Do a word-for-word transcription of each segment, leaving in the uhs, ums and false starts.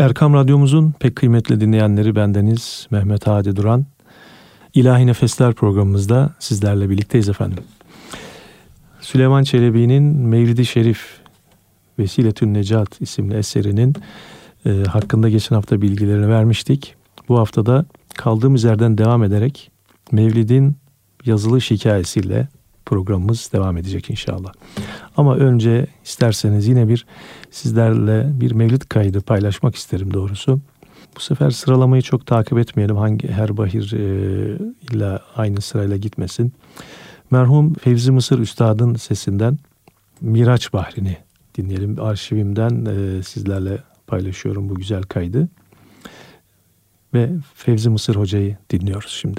Erkam Radyomuzun pek kıymetli dinleyenleri, bendeniz Mehmet Hadi Duran. İlahi Nefesler programımızda sizlerle birlikteyiz efendim. Süleyman Çelebi'nin Mevlid-i Şerif Vesiletün Necat isimli eserinin e, hakkında geçen hafta bilgilerini vermiştik. Bu haftada kaldığımız yerden devam ederek Mevlid'in yazılış hikayesiyle programımız devam edecek inşallah. Ama önce isterseniz yine bir sizlerle bir mevlid kaydı paylaşmak isterim doğrusu. Bu sefer sıralamayı çok takip etmeyelim. Hangi her bahir e, illa aynı sırayla gitmesin. Merhum Fevzi Mısır Üstad'ın sesinden Miraç Bahri'ni dinleyelim. Arşivimden e, sizlerle paylaşıyorum bu güzel kaydı. Ve Fevzi Mısır Hoca'yı dinliyoruz şimdi.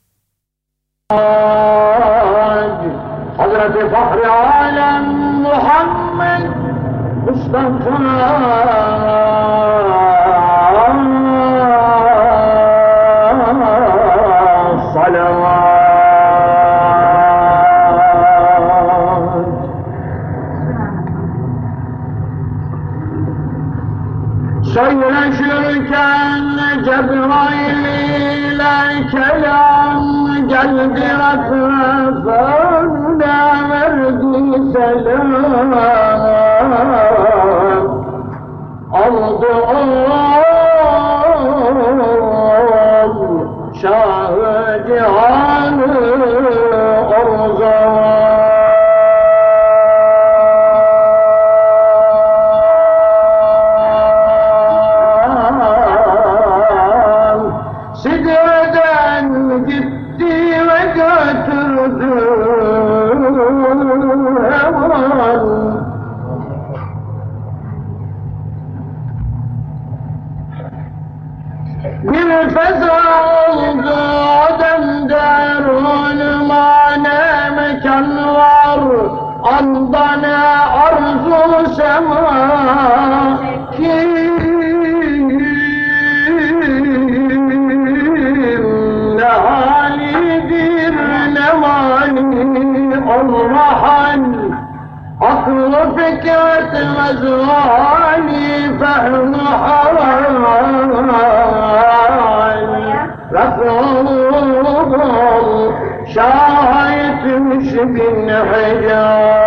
Hazreti Fahri Alem Muhammed Mustafa salavat. Söyleşirken Cebrail ile kelam geldi etrafına verdi selam. Aldı ol Şah-ı Cihan'ı o zaman. Andane arzu sema kim ne halidir ne mani olmahan aklı fikret mezvani fehm haral Resul şahitmiş bin hicab.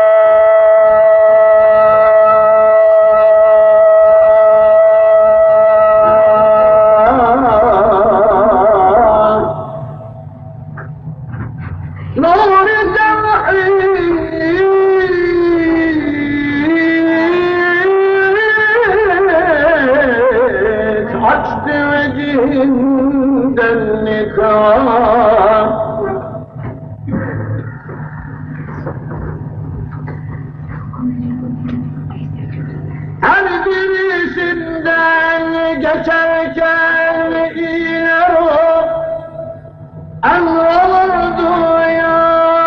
Her birisinden geçerken iner o emrolurdu ya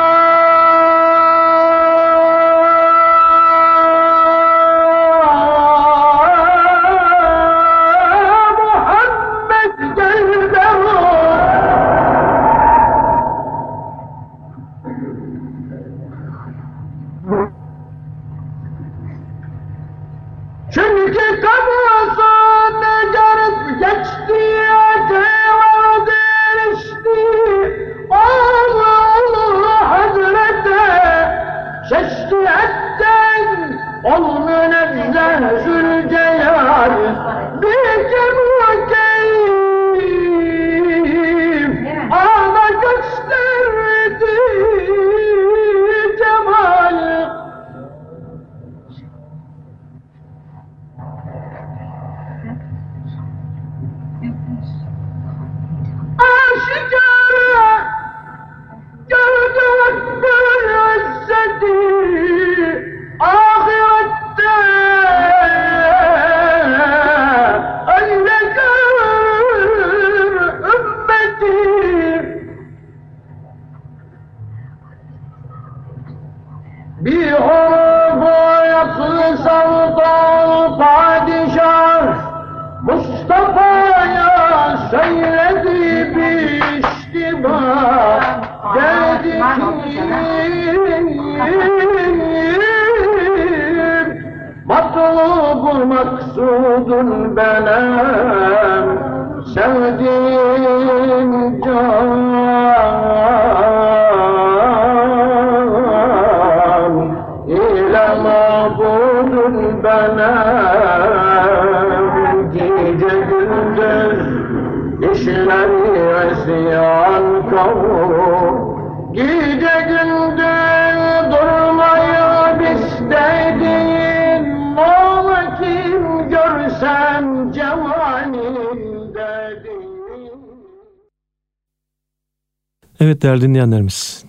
Muhammed gelder o. Çünkü kabusunu görüp geçti, acıvadı erişti, maksudun benim sevdiğim can ile mabudun benim gece gündüz işleri isyan kavur gece gündüz durmayıp istediğin malı kim görsem cemalinde değil. Evet değerli dinleyenlerimiz,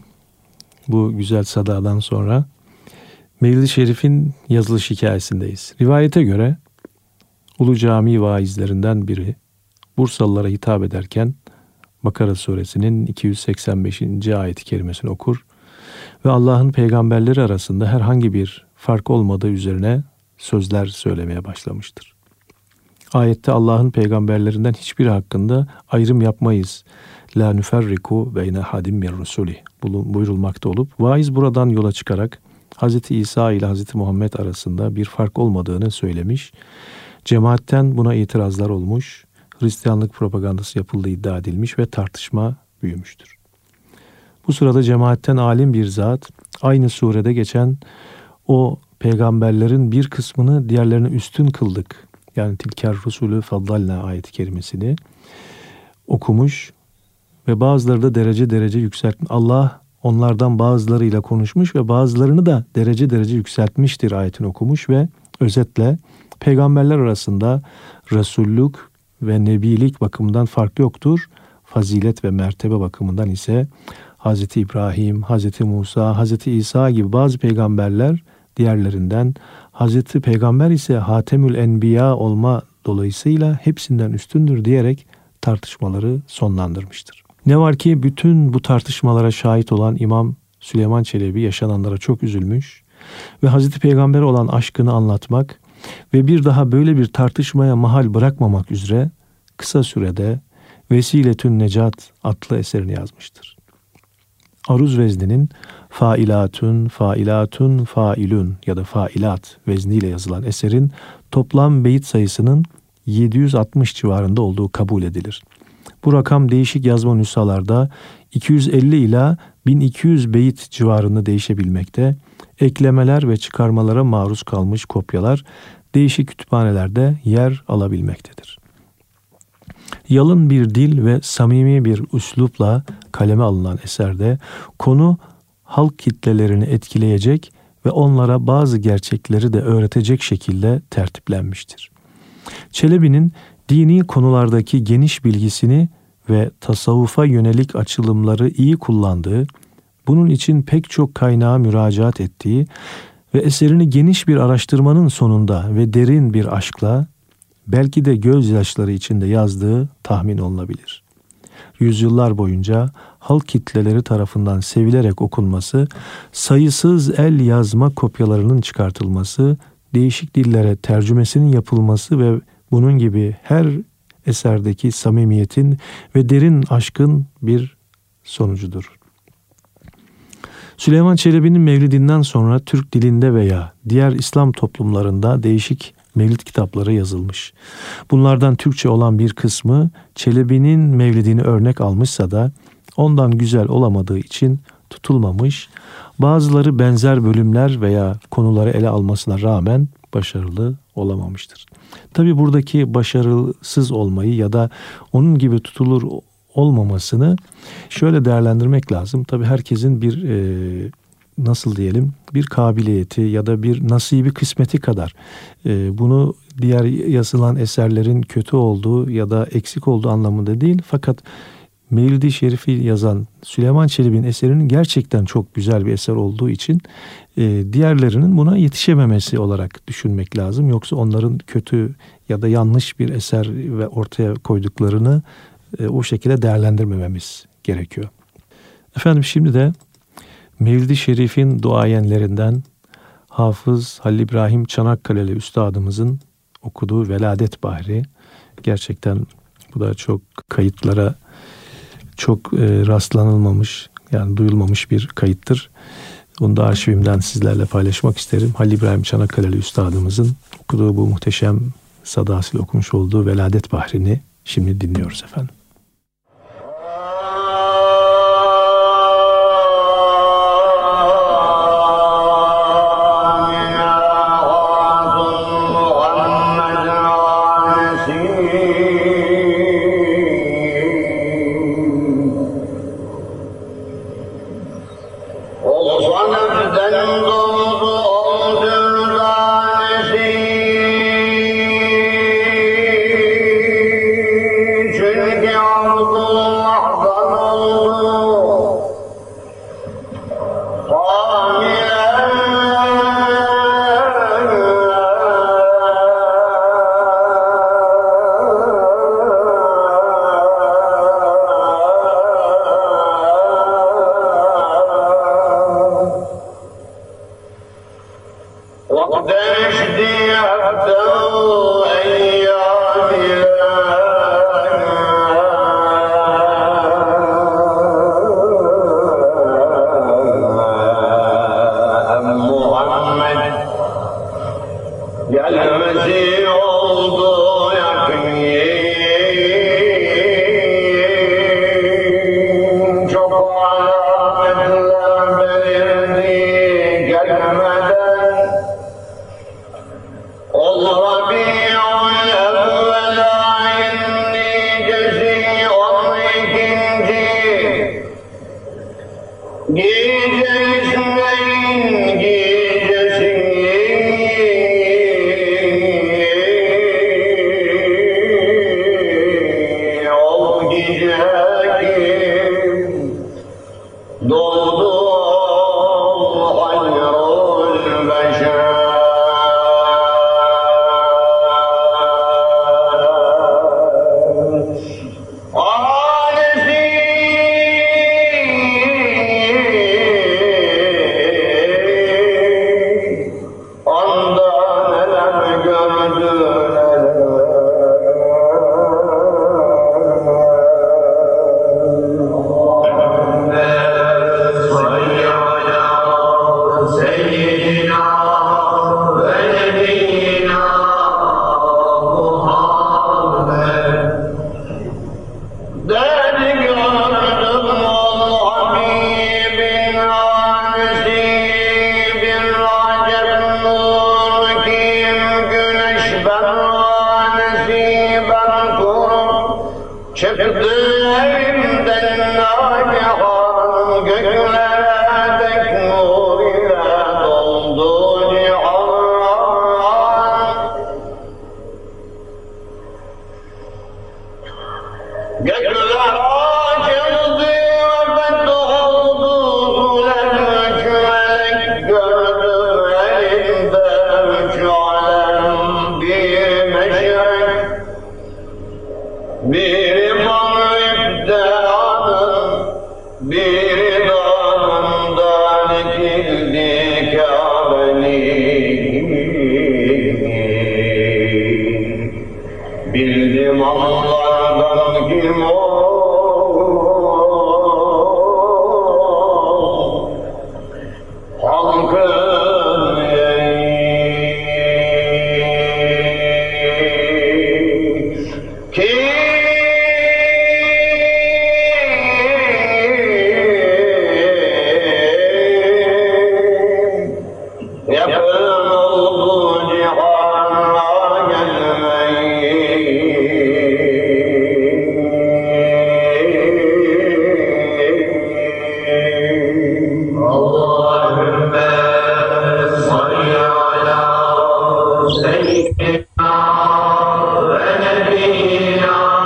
bu güzel sadadan sonra Mevlid-i Şerif'in yazılış hikayesindeyiz. Rivayete göre Ulu Cami vaizlerinden biri Bursalılara hitap ederken Bakara suresinin iki yüz seksen beşinci ayet-i kerimesini okur ve Allah'ın peygamberleri arasında herhangi bir fark olmadığı üzerine sözler söylemeye başlamıştır. Ayette Allah'ın peygamberlerinden hiçbiri hakkında ayrım yapmayız. La nüferriku beyne hadim min rusulih buyurulmakta olup vaiz buradan yola çıkarak Hz. İsa ile Hz. Muhammed arasında bir fark olmadığını söylemiş. Cemaatten buna itirazlar olmuş. Hristiyanlık propagandası yapıldığı iddia edilmiş ve tartışma büyümüştür. Bu sırada cemaatten alim bir zat aynı surede geçen o peygamberlerin bir kısmını diğerlerine üstün kıldık. Yani tilker rusulü faddalna ayet-i kerimesini okumuş ve bazıları da derece derece yükseltmiş. Allah onlardan bazılarıyla konuşmuş ve bazılarını da derece derece yükseltmiştir ayetini okumuş ve özetle peygamberler arasında Resullük ve Nebilik bakımından fark yoktur. Fazilet ve mertebe bakımından ise Hz. İbrahim, Hz. Musa, Hz. İsa gibi bazı peygamberler diğerlerinden, Hz. Peygamber ise Hatemül Enbiya olma dolayısıyla hepsinden üstündür diyerek tartışmaları sonlandırmıştır. Ne var ki bütün bu tartışmalara şahit olan İmam Süleyman Çelebi yaşananlara çok üzülmüş ve Hz. Peygamber'e olan aşkını anlatmak ve bir daha böyle bir tartışmaya mahal bırakmamak üzere kısa sürede Vesiletün Necat adlı eserini yazmıştır. Aruz vezninin failatun, failatun, failun ya da failat vezniyle yazılan eserin toplam beyit sayısının yedi yüz altmış civarında olduğu kabul edilir. Bu rakam değişik yazma nüshalarda iki yüz elli ila bin iki yüz beyit civarında değişebilmekte. Eklemeler ve çıkarmalara maruz kalmış kopyalar değişik kütüphanelerde yer alabilmektedir. Yalın bir dil ve samimi bir üslupla kaleme alınan eserde konu halk kitlelerini etkileyecek ve onlara bazı gerçekleri de öğretecek şekilde tertiplenmiştir. Çelebi'nin dini konulardaki geniş bilgisini ve tasavvufa yönelik açılımları iyi kullandığı, bunun için pek çok kaynağa müracaat ettiği ve eserini geniş bir araştırmanın sonunda ve derin bir aşkla, belki de gözyaşları içinde yazdığı tahmin olunabilir. Yüzyıllar boyunca halk kitleleri tarafından sevilerek okunması, sayısız el yazma kopyalarının çıkartılması, değişik dillere tercümesinin yapılması ve bunun gibi her eserdeki samimiyetin ve derin aşkın bir sonucudur. Süleyman Çelebi'nin mevlidinden sonra Türk dilinde veya diğer İslam toplumlarında değişik mevlid kitapları yazılmış. Bunlardan Türkçe olan bir kısmı Çelebi'nin mevlidini örnek almışsa da ondan güzel olamadığı için tutulmamış, bazıları benzer bölümler veya konuları ele almasına rağmen başarılı olamamıştır. Tabi buradaki başarısız olmayı ya da onun gibi tutulur olmamasını şöyle değerlendirmek lazım. Tabi herkesin bir e, nasıl diyelim bir kabiliyeti ya da bir nasibi kısmeti kadar e, bunu diğer yazılan eserlerin kötü olduğu ya da eksik olduğu anlamında değil. Fakat Mevlid-i Şerif'i yazan Süleyman Çelebi'nin eserinin gerçekten çok güzel bir eser olduğu için e, diğerlerinin buna yetişememesi olarak düşünmek lazım. Yoksa onların kötü ya da yanlış bir eser ve ortaya koyduklarını e, o şekilde değerlendirmememiz gerekiyor. Efendim şimdi de Mevlid-i Şerif'in duayenlerinden Hafız Halil İbrahim Çanakkale'li üstadımızın okuduğu Veladet Bahri. Gerçekten bu da çok kayıtlara çok e, rastlanılmamış, yani duyulmamış bir kayıttır. Onu da arşivimden sizlerle paylaşmak isterim. Halil İbrahim Çanakkale'li üstadımızın okuduğu bu muhteşem sadasıyla okumuş olduğu Veladet Bahri'ni şimdi dinliyoruz efendim. سيدنا ونبينا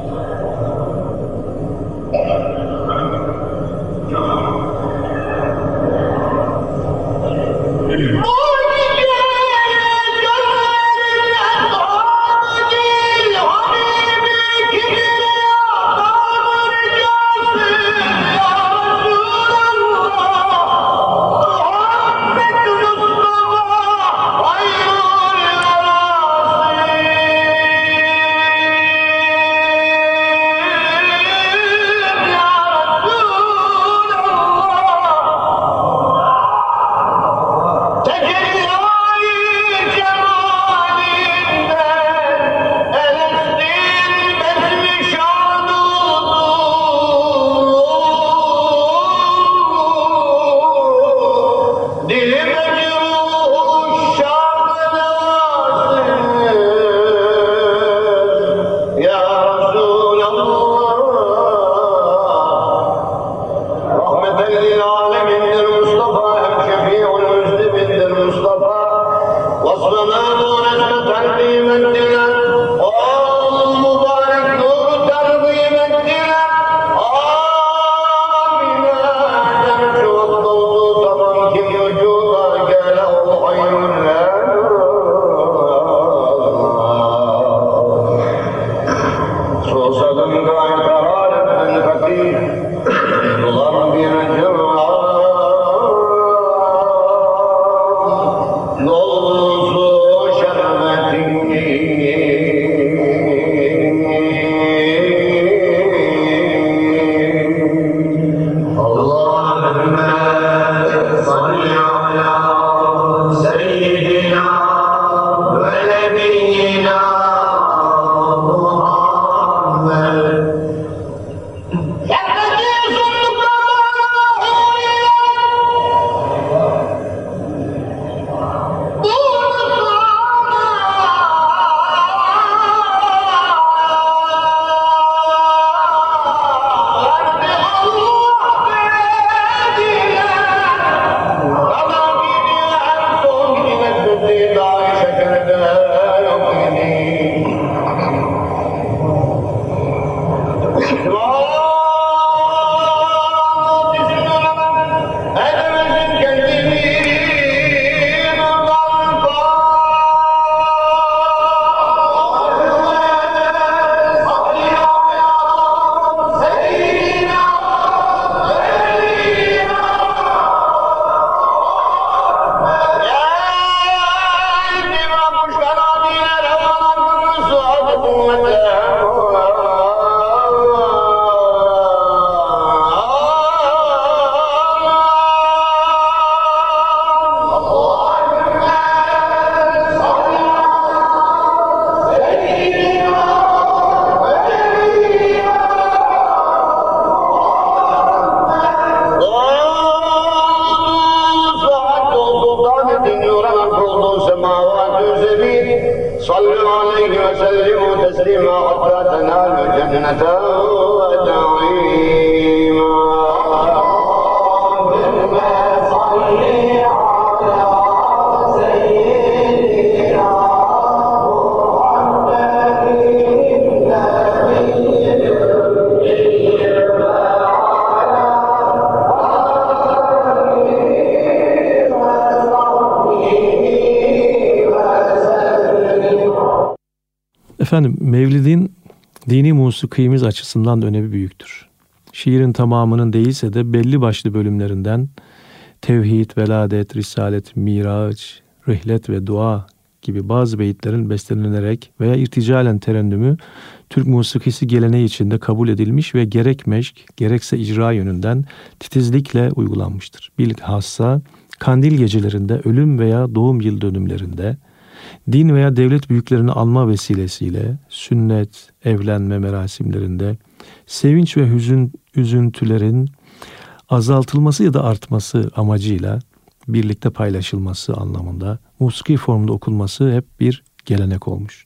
Efendim, Mevlid'in dini musikimiz açısından da önemi büyüktür. Şiirin tamamının değilse de belli başlı bölümlerinden tevhid, veladet, risalet, miraç, rihlet ve dua gibi bazı beyitlerin bestelenerek veya irticalen terennümü Türk musikisi geleneği içinde kabul edilmiş ve gerek meşk gerekse icra yönünden titizlikle uygulanmıştır. Bilhassa kandil gecelerinde, ölüm veya doğum yıl dönümlerinde, din veya devlet büyüklerini anma vesilesiyle, sünnet, evlenme merasimlerinde, sevinç ve hüzün, üzüntülerin azaltılması ya da artması amacıyla birlikte paylaşılması anlamında musiki formunda okunması hep bir gelenek olmuş.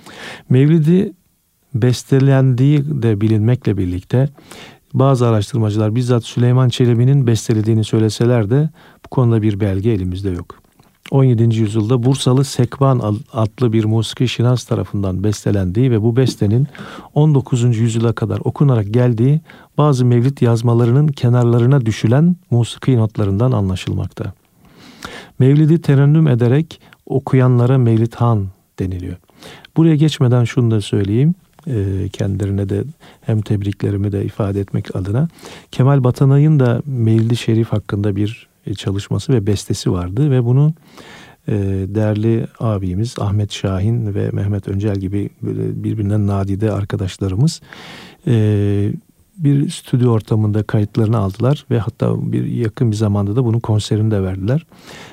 Mevlidi bestelendiği de bilinmekle birlikte bazı araştırmacılar bizzat Süleyman Çelebi'nin bestelediğini söyleseler de bu konuda bir belge elimizde yok. on yedinci yüzyılda Bursalı Sekban adlı bir musiki şinas tarafından bestelendiği ve bu bestenin on dokuzuncu yüzyıla kadar okunarak geldiği bazı mevlid yazmalarının kenarlarına düşülen musiki notlarından anlaşılmakta. Mevlidi terennüm ederek okuyanlara mevlidhan deniliyor. Buraya geçmeden şunu da söyleyeyim. Kendilerine de hem tebriklerimi de ifade etmek adına. Kemal Batanay'ın da Mevlid-i Şerif hakkında bir çalışması ve bestesi vardı ve bunu değerli abimiz Ahmet Şahin ve Mehmet Öncel gibi birbirinden nadide arkadaşlarımız bir stüdyo ortamında kayıtlarını aldılar ve hatta bir yakın bir zamanda da bunun konserini de verdiler.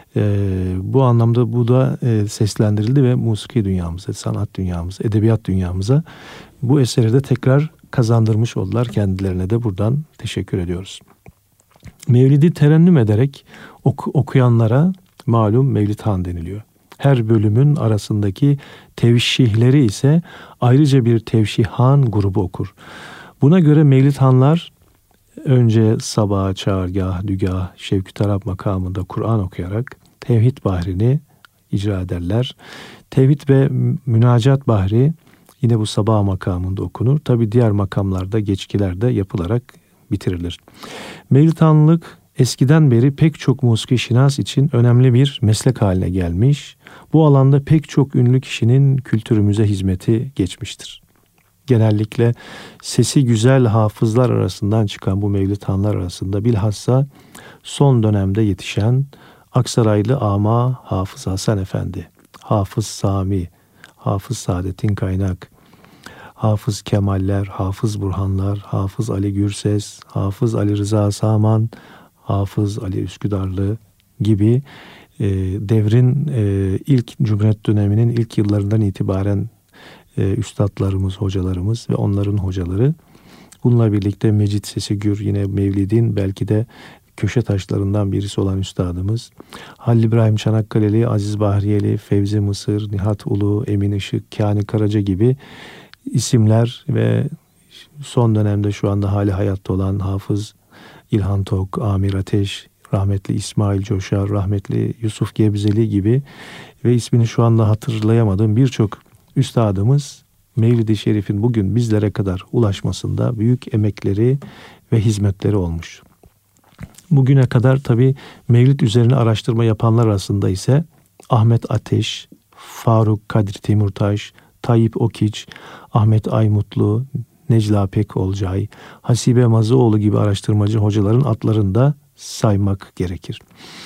Bu anlamda bu da seslendirildi ve musiki dünyamıza, sanat dünyamıza, edebiyat dünyamıza bu eseri de tekrar kazandırmış oldular. Kendilerine de buradan teşekkür ediyoruz. Mevlidi terennüm ederek oku, okuyanlara malum mevlidhan deniliyor. Her bölümün arasındaki tevşihleri ise ayrıca bir tevşihan grubu okur. Buna göre mevlidhanlar önce sabah, çağrgah, dügah, Şevk-i Tarab makamında Kur'an okuyarak tevhid bahrini icra ederler. Tevhid ve münacat bahri yine bu sabah makamında okunur. Tabi diğer makamlarda, geçkilerde yapılarak bitirilir. Mevlidhanlık eskiden beri pek çok musiki şinas için önemli bir meslek haline gelmiş. Bu alanda pek çok ünlü kişinin kültürümüze hizmeti geçmiştir. Genellikle sesi güzel hafızlar arasından çıkan bu mevlidhanlar arasında bilhassa son dönemde yetişen Aksaraylı ama Hafız Hasan Efendi, Hafız Sami, Hafız Saadettin Kaynak, Hafız Kemaller, Hafız Burhanlar, Hafız Ali Gürses, Hafız Ali Rıza Saman, Hafız Ali Üsküdarlı gibi e, devrin e, ilk Cumhuriyet döneminin ilk yıllarından itibaren e, üstadlarımız, hocalarımız ve onların hocaları. Bununla birlikte Mecit Sesi Gür, yine Mevlid'in belki de köşe taşlarından birisi olan üstadımız. Halil İbrahim Çanakkale'li, Aziz Bahriyeli, Fevzi Mısır, Nihat Ulu, Emin Işık, Kani Karaca gibi isimler ve son dönemde şu anda hali hayatta olan Hafız İlhan Tok, Amir Ateş, rahmetli İsmail Coşar, rahmetli Yusuf Gebzeli gibi ve ismini şu anda hatırlayamadığım birçok üstadımız Mevlid-i Şerif'in bugün bizlere kadar ulaşmasında büyük emekleri ve hizmetleri olmuş. Bugüne kadar tabii Mevlid üzerine araştırma yapanlar arasında ise Ahmet Ateş, Faruk Kadir Timurtaş, Tayyip Okiç, Ahmet Aymutlu, Necla Pekolcay, Hasibe Mazıoğlu gibi araştırmacı hocaların adlarını da saymak gerekir.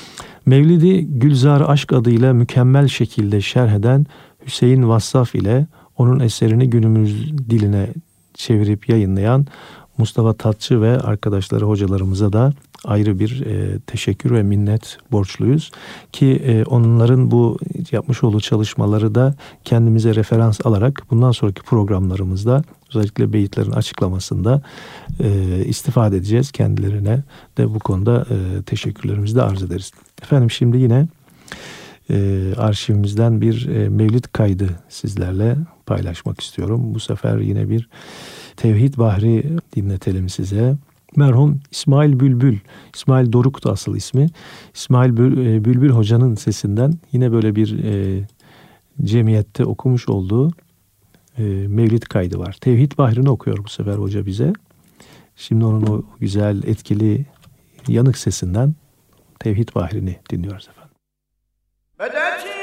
Mevlidi Gülzar Aşk adıyla mükemmel şekilde şerh eden Hüseyin Vassaf ile onun eserini günümüz diline çevirip yayınlayan Mustafa Tatçı ve arkadaşları hocalarımıza da ayrı bir e, teşekkür ve minnet borçluyuz. Ki e, onların bu yapmış olduğu çalışmaları da kendimize referans alarak bundan sonraki programlarımızda özellikle beyitlerin açıklamasında e, istifade edeceğiz. Kendilerine de bu konuda e, teşekkürlerimizi de arz ederiz. Efendim şimdi yine e, arşivimizden bir e, mevlid kaydı sizlerle paylaşmak istiyorum. Bu sefer yine bir Tevhid Bahri dinletelim size. Merhum İsmail Bülbül, İsmail Doruk'tu asıl ismi. İsmail Bülbül Hoca'nın sesinden yine böyle bir e, cemiyette okumuş olduğu e, mevlid kaydı var. Tevhid Bahri'ni okuyor bu sefer hoca bize. Şimdi onun o güzel, etkili, yanık sesinden Tevhid Bahri'ni dinliyoruz efendim. Bedeti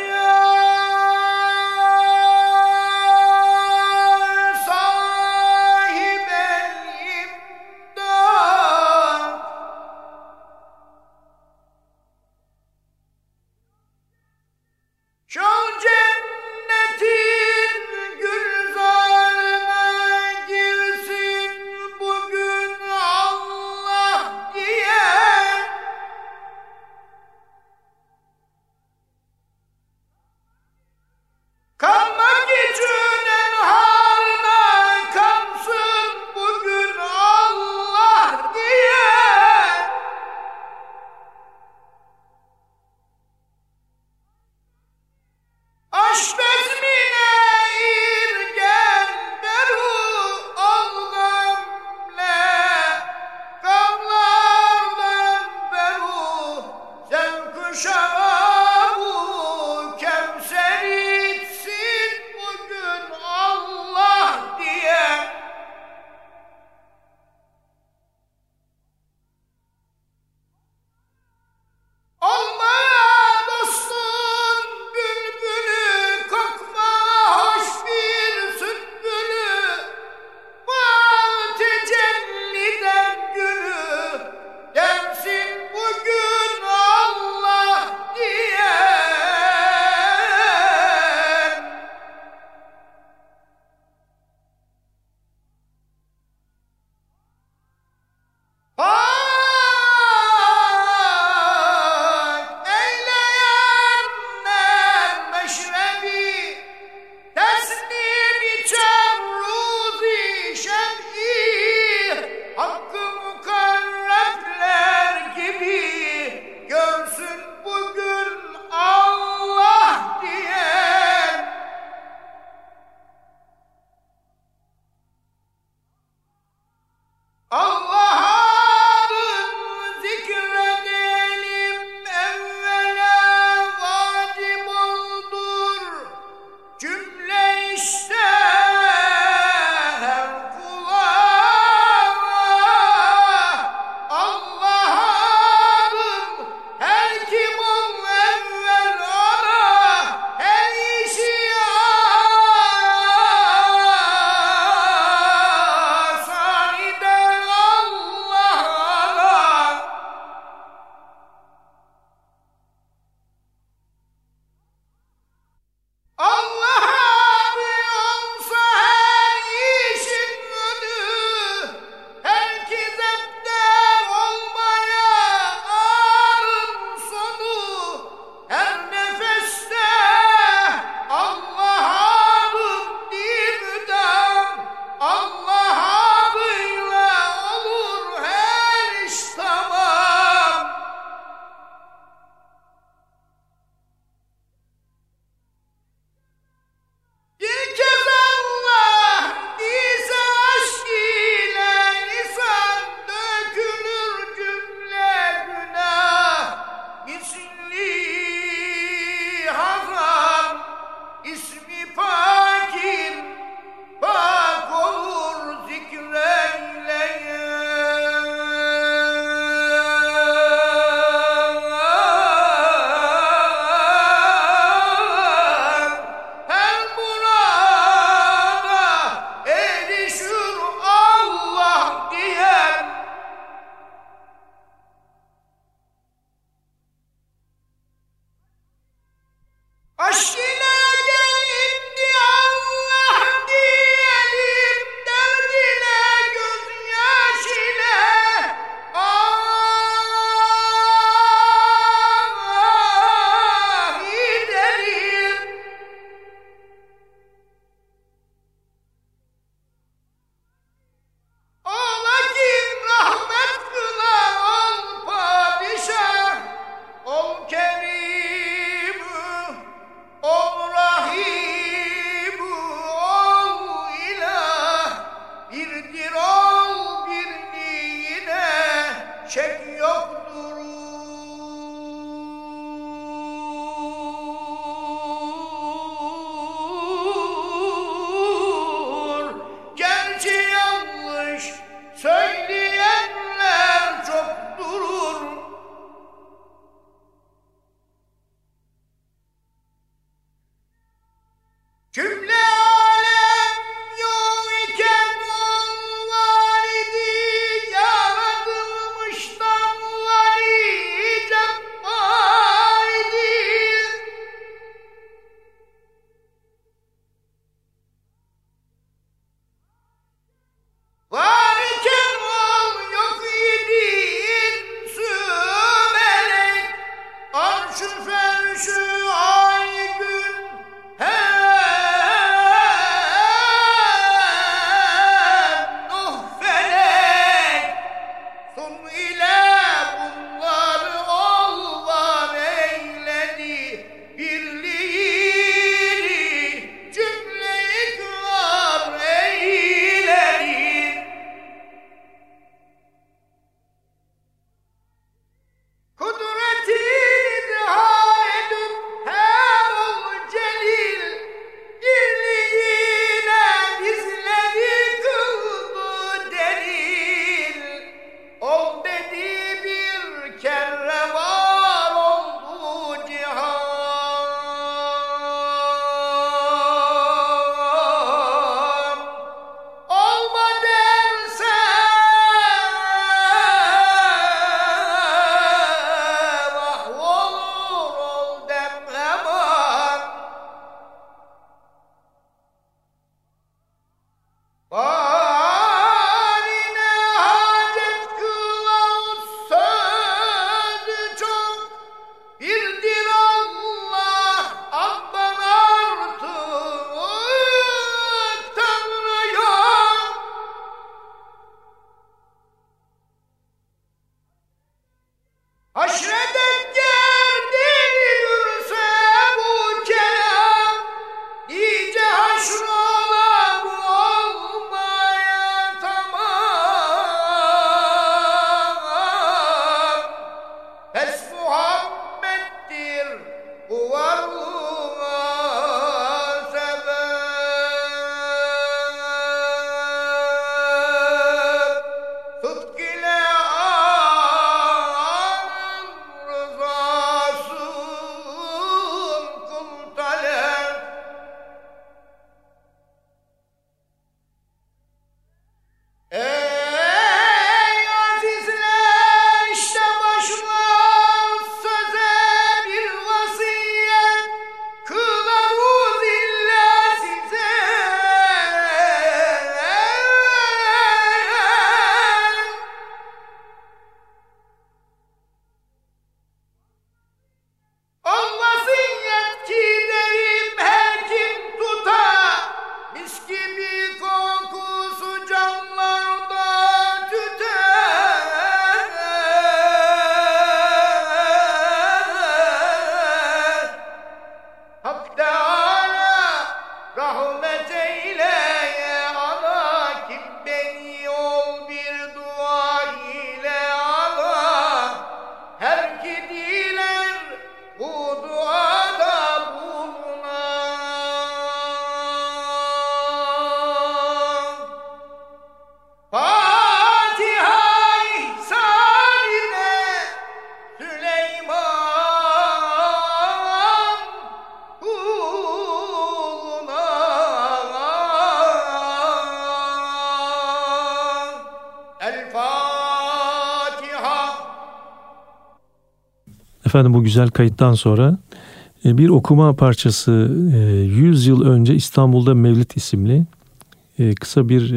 Efendim bu güzel kayıttan sonra bir okuma parçası, yüz yıl önce İstanbul'da Mevlid isimli kısa bir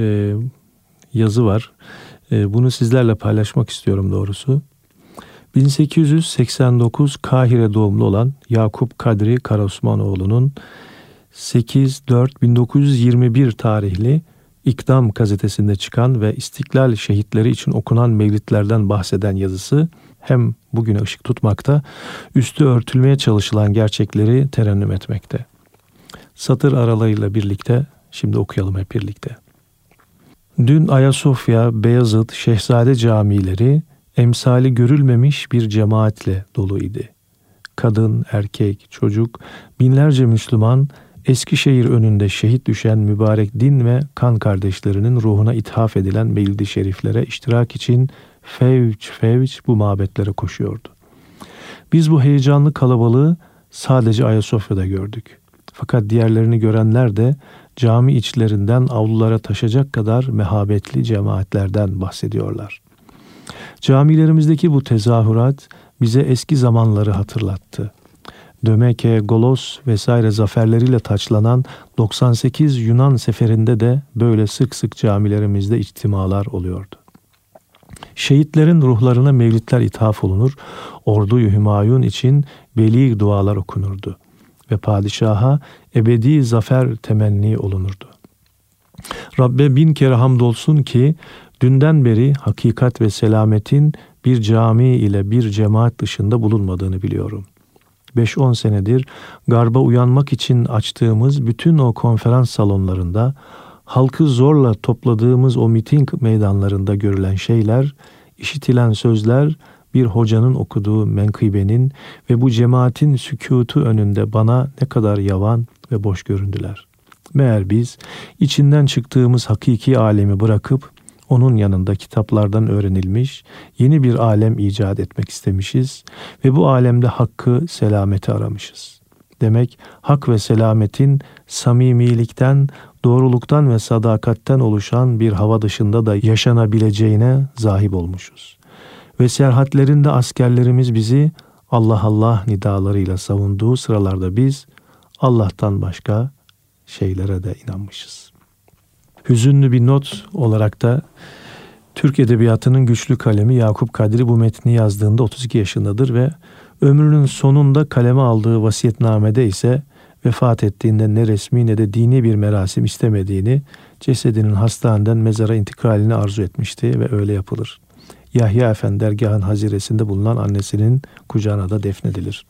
yazı var. Bunu sizlerle paylaşmak istiyorum doğrusu. bin sekiz yüz seksen dokuz Kahire doğumlu olan Yakup Kadri Karaosmanoğlu'nun sekiz dört bin dokuz yüz yirmi bir tarihli İkdam gazetesinde çıkan ve İstiklal şehitleri için okunan mevlidlerden bahseden yazısı hem bugüne ışık tutmakta, üstü örtülmeye çalışılan gerçekleri terennüm etmekte. Satır aralarıyla birlikte şimdi okuyalım hep birlikte. Dün Ayasofya, Beyazıt, Şehzade camileri emsali görülmemiş bir cemaatle dolu idi. Kadın, erkek, çocuk, binlerce Müslüman Eskişehir önünde şehit düşen mübarek din ve kan kardeşlerinin ruhuna ithaf edilen mevlid-i şeriflere iştirak için fevç fevç bu mabetlere koşuyordu. Biz bu heyecanlı kalabalığı sadece Ayasofya'da gördük. Fakat diğerlerini görenler de cami içlerinden avlulara taşacak kadar mehabetli cemaatlerden bahsediyorlar. Camilerimizdeki bu tezahürat bize eski zamanları hatırlattı. Dömeke, Golos vesaire zaferleriyle taçlanan doksan sekiz Yunan seferinde de böyle sık sık camilerimizde içtimalar oluyordu. Şehitlerin ruhlarına mevlidler ithaf olunur, ordu-yu Hümayun için beli dualar okunurdu ve padişaha ebedi zafer temenni olunurdu. Rabbe bin kere hamdolsun ki dünden beri hakikat ve selametin bir cami ile bir cemaat dışında bulunmadığını biliyorum. beş on senedir garba uyanmak için açtığımız bütün o konferans salonlarında, halkı zorla topladığımız o miting meydanlarında görülen şeyler, işitilen sözler, bir hocanın okuduğu menkıbenin ve bu cemaatin sükutu önünde bana ne kadar yavan ve boş göründüler. Meğer biz içinden çıktığımız hakiki alemi bırakıp onun yanında kitaplardan öğrenilmiş yeni bir alem icat etmek istemişiz ve bu alemde hakkı, selameti aramışız. Demek hak ve selametin samimilikten, doğruluktan ve sadakatten oluşan bir hava dışında da yaşanabileceğine zahip olmuşuz. Ve serhatlerinde askerlerimiz bizi Allah Allah nidalarıyla savunduğu sıralarda biz Allah'tan başka şeylere de inanmışız. Hüzünlü bir not olarak da Türk Edebiyatı'nın güçlü kalemi Yakup Kadri bu metni yazdığında otuz iki yaşındadır ve ömrünün sonunda kaleme aldığı vasiyetnamede ise vefat ettiğinde ne resmi ne de dini bir merasim istemediğini, cesedinin hastaneden mezara intikalini arzu etmişti ve öyle yapılır. Yahya Efendi dergahın haziresinde bulunan annesinin kucağına da defnedilir.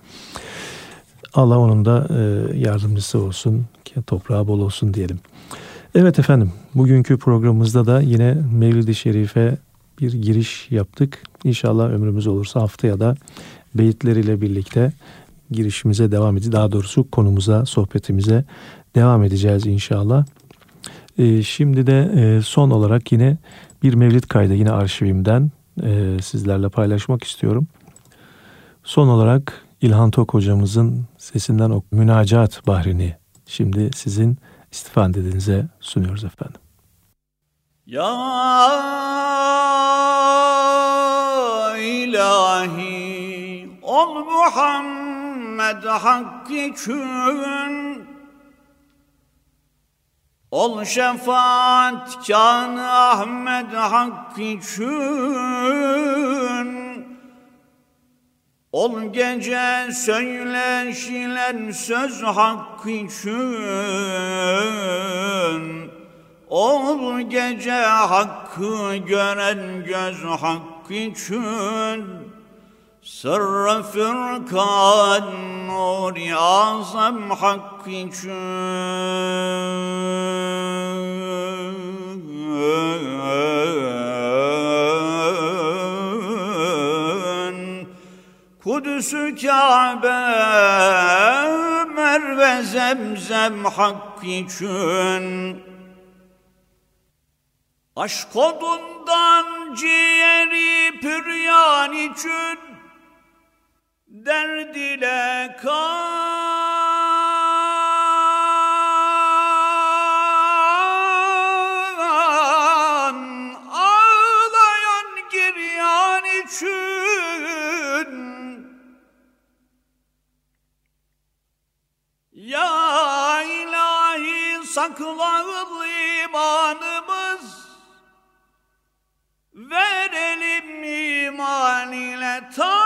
Allah onun da yardımcısı olsun, ki toprağı bol olsun diyelim. Evet efendim, bugünkü programımızda da yine Mevlid-i Şerif'e bir giriş yaptık. İnşallah ömrümüz olursa haftaya da beyitleriyle birlikte girişimize devam edeceğiz. Daha doğrusu konumuza, sohbetimize devam edeceğiz inşallah. Ee, şimdi de e, son olarak yine bir mevlid kaydı yine arşivimden e, sizlerle paylaşmak istiyorum. Son olarak İlhan Tok hocamızın sesinden o münacat bahrini şimdi sizin istifadenize sunuyoruz efendim. Ya ilahi ol Muhammed hakkı için, ol şefaat Ahmed hakkı için, ol gece söyleşilen söz hakkı için, ol gece hakkı gören göz hakkı için, sırrı fırkan nur-i azam hakkı için. Kudüs-ü Kabe, Merve Zemzem hakkı için, aşk odundan ciğeri püryan için, derd ile kan ağlayan giryan için, saklanır imanımız, verelim iman ile ta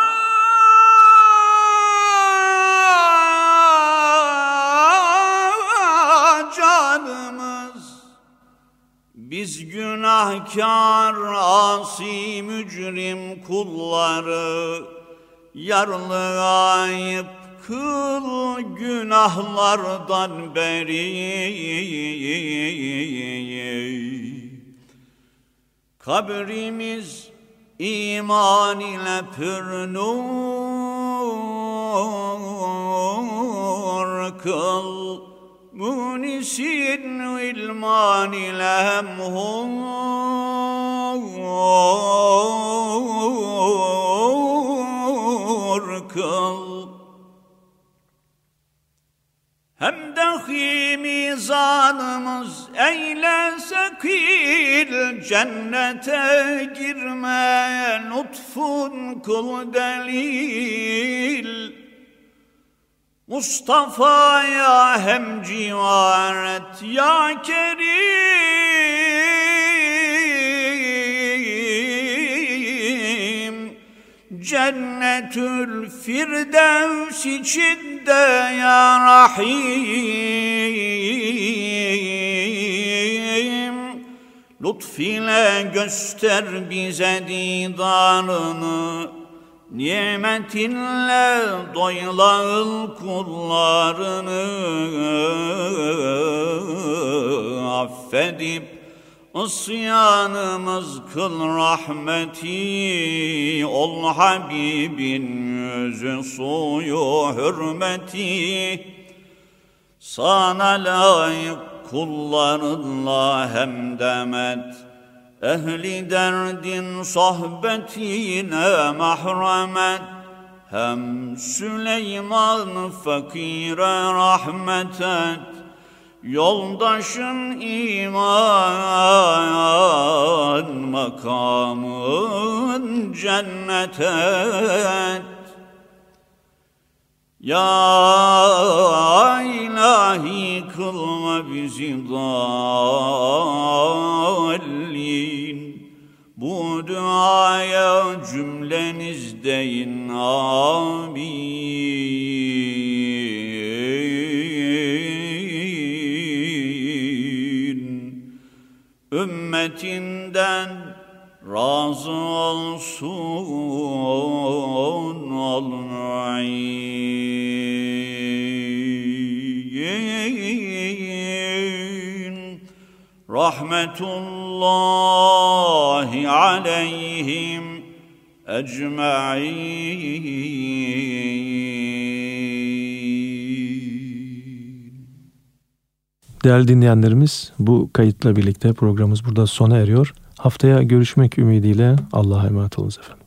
canımız. Biz günahkar, asi, mücrim kulları, yarlı ayıp kıl günahlardan beri. Kabrimiz iman ile pür nur kıl, munisin ilman ile hemhur kıl. Hem dahi mizanımız eyle sekil, cennete girme lütfun kıl delil. Mustafa'ya hem civaret ya Kerim, Cennetül Firdevs içinde ya Rahim. Lütfile göster bize didarını, nimetinle doyulan kullarını. Affedip isyanımız kıl rahmeti, ol Habibin yüzü suyu hürmeti. Sana layık kullarınla hemdemet, ehli derdin sohbetine mahremet. Hem Süleyman fakire rahmet et, yoldaşın iman makamın cennet et. Ya ilahi kılma bizi dallin, bu duaya cümleniz deyin amin. Ümmetinden razı olsun al-mu'in. Rahmetullahi aleyhim ecma'in. Değerli dinleyenlerimiz, bu kayıtla birlikte programımız burada sona eriyor. Haftaya görüşmek ümidiyle Allah'a emanet olunuz efendim.